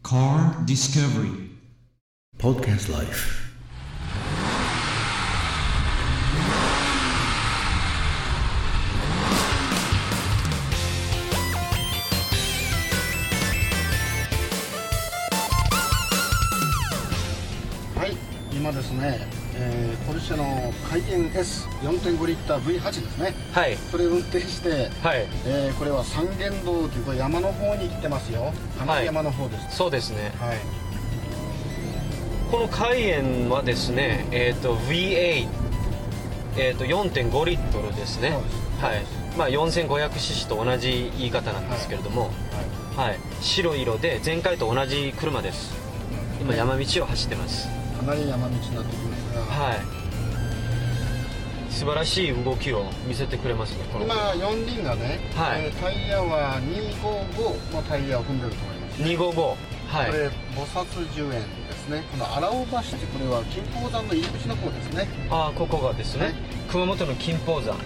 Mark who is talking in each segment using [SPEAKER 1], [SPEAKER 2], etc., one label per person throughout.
[SPEAKER 1] Car Discovery
[SPEAKER 2] Podcast Life。
[SPEAKER 3] はい、今ですね、ポルシェのカイエン S4.5 リッター V8 ですね。
[SPEAKER 4] はい。
[SPEAKER 3] これ運転して、
[SPEAKER 4] はい。
[SPEAKER 3] これは三元堂というこれ山の方に来てますよ。花山の方です。
[SPEAKER 4] はい、そうですね。
[SPEAKER 3] はい。
[SPEAKER 4] このカイエンはですね、V8、4.5 リットルですね。はい。まあ 4500cc と同じ言い方なんですけれども、はい。はい、白色で前回と同じ車です。今山道を走ってます。
[SPEAKER 3] かなり山道になってきますが、
[SPEAKER 4] はい。素晴らしい動きを見せてくれますね。
[SPEAKER 3] 今4輪がね、
[SPEAKER 4] はい、
[SPEAKER 3] タイヤは255のタイヤを踏んでると思います、ね。
[SPEAKER 4] 255。はい。
[SPEAKER 3] これ菩薩樹園ですね。この荒尾橋ってこれは金峰山の入り口の方ですね。
[SPEAKER 4] ああ、ここがですね。はい、熊本の金峰山。はい。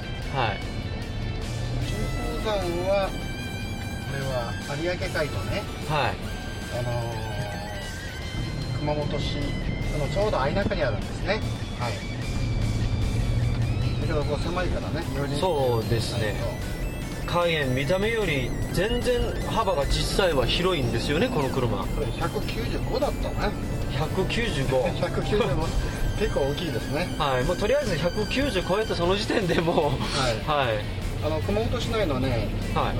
[SPEAKER 3] 金峰山はこれは有明海とね。
[SPEAKER 4] はい。
[SPEAKER 3] 熊本市のちょうど間中にあるんですね。はい。だけどこう狭いからね。
[SPEAKER 4] そうですね。カイエン見た目より全然幅が実際は広いんですよね、この車。
[SPEAKER 3] これ195だったね。
[SPEAKER 4] 195。
[SPEAKER 3] 195結構大きいですね。
[SPEAKER 4] はい。もうとりあえず190超えたその時点でもうはい。はい。
[SPEAKER 3] 熊本市内のね、はい、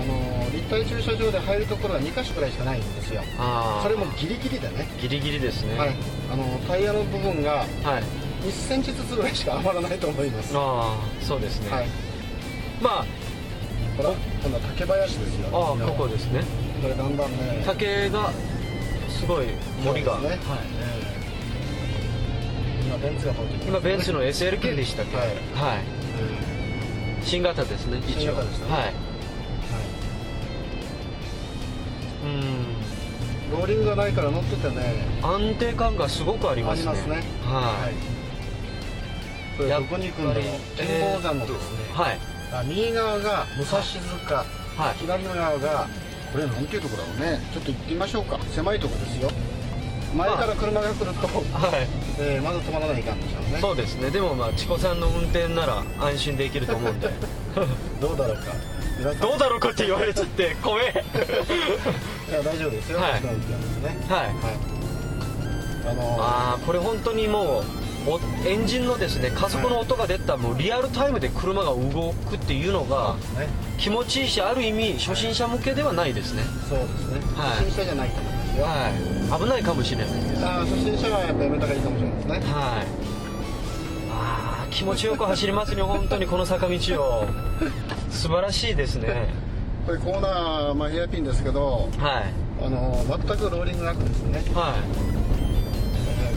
[SPEAKER 3] 立体駐車場で入るところは2カ所くらいしかないんですよ。それもギリギリでね。
[SPEAKER 4] ギリギリですね。
[SPEAKER 3] はい。タイヤの部分が1センチずつぐらいしか余らないと思います。
[SPEAKER 4] ああ、そうですね。はい。まあ、
[SPEAKER 3] ほら、今度は竹林ですよ。
[SPEAKER 4] ああ、ここですね。
[SPEAKER 3] これだんだんね。
[SPEAKER 4] 竹がすごい森が。ね。はい。
[SPEAKER 3] 今ベンツが通ってきますね。
[SPEAKER 4] 今ベンツの SLK でしたっけ。はい。はい。新型ですね。
[SPEAKER 3] 新型ですね。はい。はい。ローリングがないから乗っててね。
[SPEAKER 4] 安定感がすごくありますね。
[SPEAKER 3] ありますね。はい。これどこに行くんだろう。金峰山のですね。はい。右側が武蔵塚。はい。左側がこれなんていうところだろうね。ちょっと行ってみましょうか。狭いところですよ。前から車が来ると、はい、まず止まらないかんでしょうね。
[SPEAKER 4] そうですね。でもまあチコさんの運転なら安心できると思うんで
[SPEAKER 3] どうだろうか。
[SPEAKER 4] どうだろうかって言われちゃって怖え
[SPEAKER 3] いや大丈夫ですよ。はい。はい。
[SPEAKER 4] はい。これ本当にもうエンジンのですね加速の音が出たもうリアルタイムで車が動くっていうのが気持ちいいし、ある意味初心者向けではないですね。
[SPEAKER 3] そうですね。初心者じゃないと思います。
[SPEAKER 4] はい、危ないかもしれないです。
[SPEAKER 3] 初心者はやっぱやめた方がいいかもしれないですね。
[SPEAKER 4] はい。気持ちよく走りますね本当にこの坂道を素晴らしいですね。
[SPEAKER 3] これコーナー、ヘアピンですけど、はい、全くローリングなくですね、はい、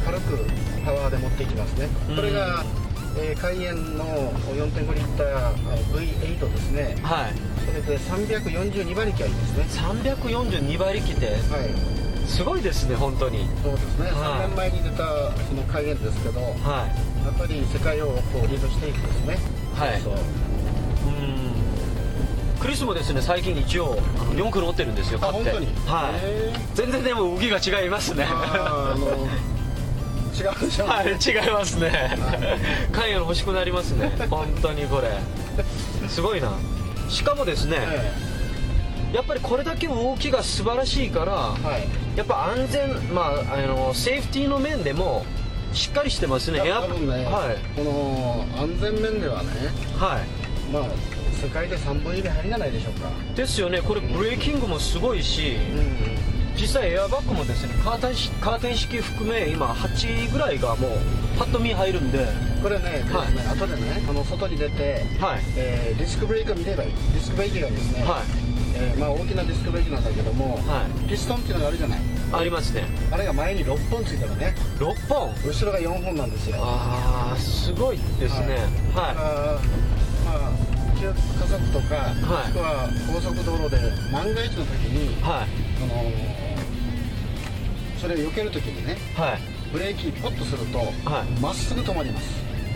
[SPEAKER 3] 軽くパワーで持っていきますね。これが、カイエンの 4.5 リッター V8 ですね。はい。それで342馬力ありますね。
[SPEAKER 4] 342馬力って、はい、すごいですね本当に。
[SPEAKER 3] そうですね。3年前に出たそのカイエンですけど、はい、やっぱり世界をこうリードしていくですね。はい。
[SPEAKER 4] クリスもですね最近一応4区乗ってるんですよ。
[SPEAKER 3] 本当に。
[SPEAKER 4] はい。全然でも動きが違いますね。
[SPEAKER 3] 違うでしょ。
[SPEAKER 4] はい、違いますね。カイエン欲しくなりますね本当にこれすごいな。しかもですね、やっぱりこれだけ動きが素晴らしいから、はい、やっぱ安全、セーフティーの面でもしっかりしてますね。
[SPEAKER 3] 多分ね、はい、この安全面ではね、はい、世界で3本指入りがないでしょうか。
[SPEAKER 4] ですよね。これブレーキングもすごいし、実際エアバッグもですねカーテン式含め今8ぐらいがもうパッと見入るんで、
[SPEAKER 3] これね、はい、後でね外に出て、はい、ディスクブレーキを見ればいい。ディスクブレーキがですね、はい、大きなディスクブレーキなんだけども、はい、ピストンっていうのがあるじゃない。
[SPEAKER 4] ありますね。
[SPEAKER 3] あれが前に6本ついてるね。
[SPEAKER 4] 6本
[SPEAKER 3] 後ろが4本なんですよ。
[SPEAKER 4] ああすごいですね。はい。
[SPEAKER 3] 急加速とか、もしくは高速道路で万が一の時に、はい、それを避ける時にね、はい、ブレーキポッとするとま、っすぐ止まります。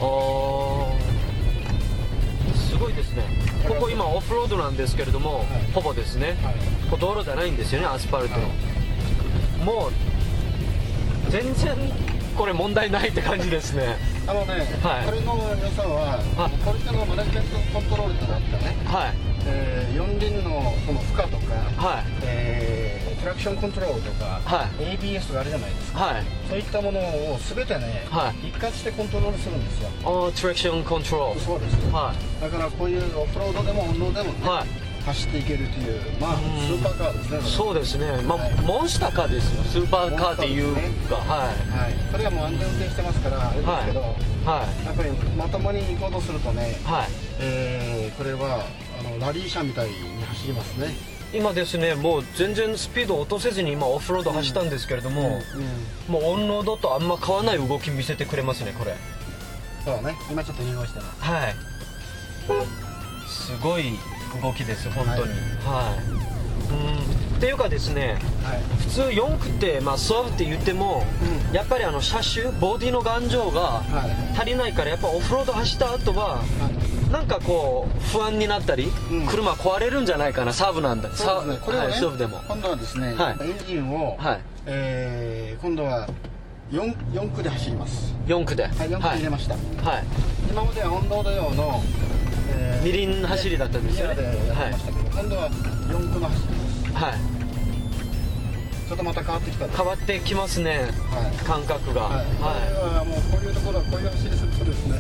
[SPEAKER 4] すごいですね。ここ今オフロードなんですけれども、はい、ほぼですね、はい、道路じゃないんですよね、アスファルトの。 もう全然これ問題ないって感じですね。
[SPEAKER 3] はい、これの良さは、これのマネジメントコントロールとなってね、四輪のその負荷とか、トラクションコントロールとか、ABS があるじゃないですか、そういったものを全てね、一括してコントロールするんですよ。
[SPEAKER 4] トラクションコントロール。
[SPEAKER 3] そうです、だからこういうオフロードでもオンロードでもね、走っていけるという、スーパーカーですね。
[SPEAKER 4] そうですね、モンスターカーですよ、スーパーカーっていうか、
[SPEAKER 3] これはもう安全運転してますからあれですけど、やっぱりまともに行こうとするとね、これはラリー車みたいに走りますね。
[SPEAKER 4] 今ですね、もう全然スピード落とせずに今オフロード走ったんですけれども、もうオンロードとあんま変わらない動き見せてくれますね、これ。
[SPEAKER 3] そうね、今ちょっと融合してます。
[SPEAKER 4] すごい動きです本当に。っていうかですね、普通4駆って、ソフって言っても、やっぱり車種ボディの頑丈が足りないから、やっぱオフロード走った後は、なんかこう不安になったり、車壊れるんじゃないかな、サーブなんだ。
[SPEAKER 3] そうですね、これはね、
[SPEAKER 4] ソフでも
[SPEAKER 3] 今度はですね、エンジンを、今度は4駆で走ります。
[SPEAKER 4] 4駆で、
[SPEAKER 3] 4駆入れました。今まではオンロード用の
[SPEAKER 4] 二輪走りだったんですよね。
[SPEAKER 3] 今度は4駆の走りです。ちょっとまた変わってきた。
[SPEAKER 4] 変わってきますね、感覚が。これ
[SPEAKER 3] はもうこういうところはこういう走りするとですね。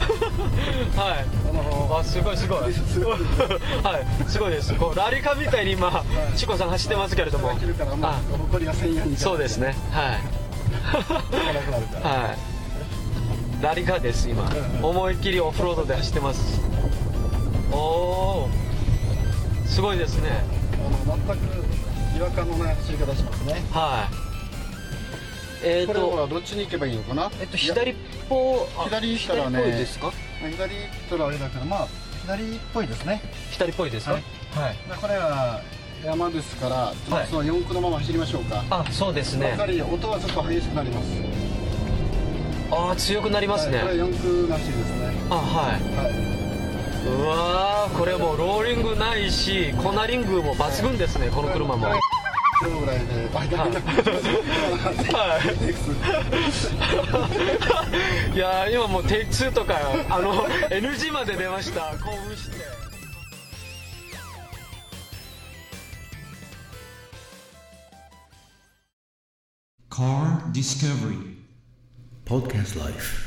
[SPEAKER 4] すごいすごい。すごいです。こうラリカみたいに今チコさん走ってますけれども。そうですね。ラリカです今。思いっきりオフロードで走ってます。すごいですね。
[SPEAKER 3] 全く違和感のない走り方しますね。これはどっちに行けばいいのかな。
[SPEAKER 4] 左っぽ
[SPEAKER 3] したらね、
[SPEAKER 4] ですか。
[SPEAKER 3] 左ったらあれだけど、左っぽいですね。
[SPEAKER 4] 左っぽいですか。
[SPEAKER 3] これは山ですから、その4駆のまま走りましょうか。
[SPEAKER 4] そうですね。
[SPEAKER 3] やはり音はちょっと激しくなります。
[SPEAKER 4] 強くなりますね。
[SPEAKER 3] これ4駆らしいですね。
[SPEAKER 4] うわー、これもうローリングないしコーナリングも抜群ですね、この車も。
[SPEAKER 3] ぐらいで
[SPEAKER 4] いや今もうテイク2とかNG まで出ました。興奮して。
[SPEAKER 1] Car Discovery
[SPEAKER 2] Podcast Life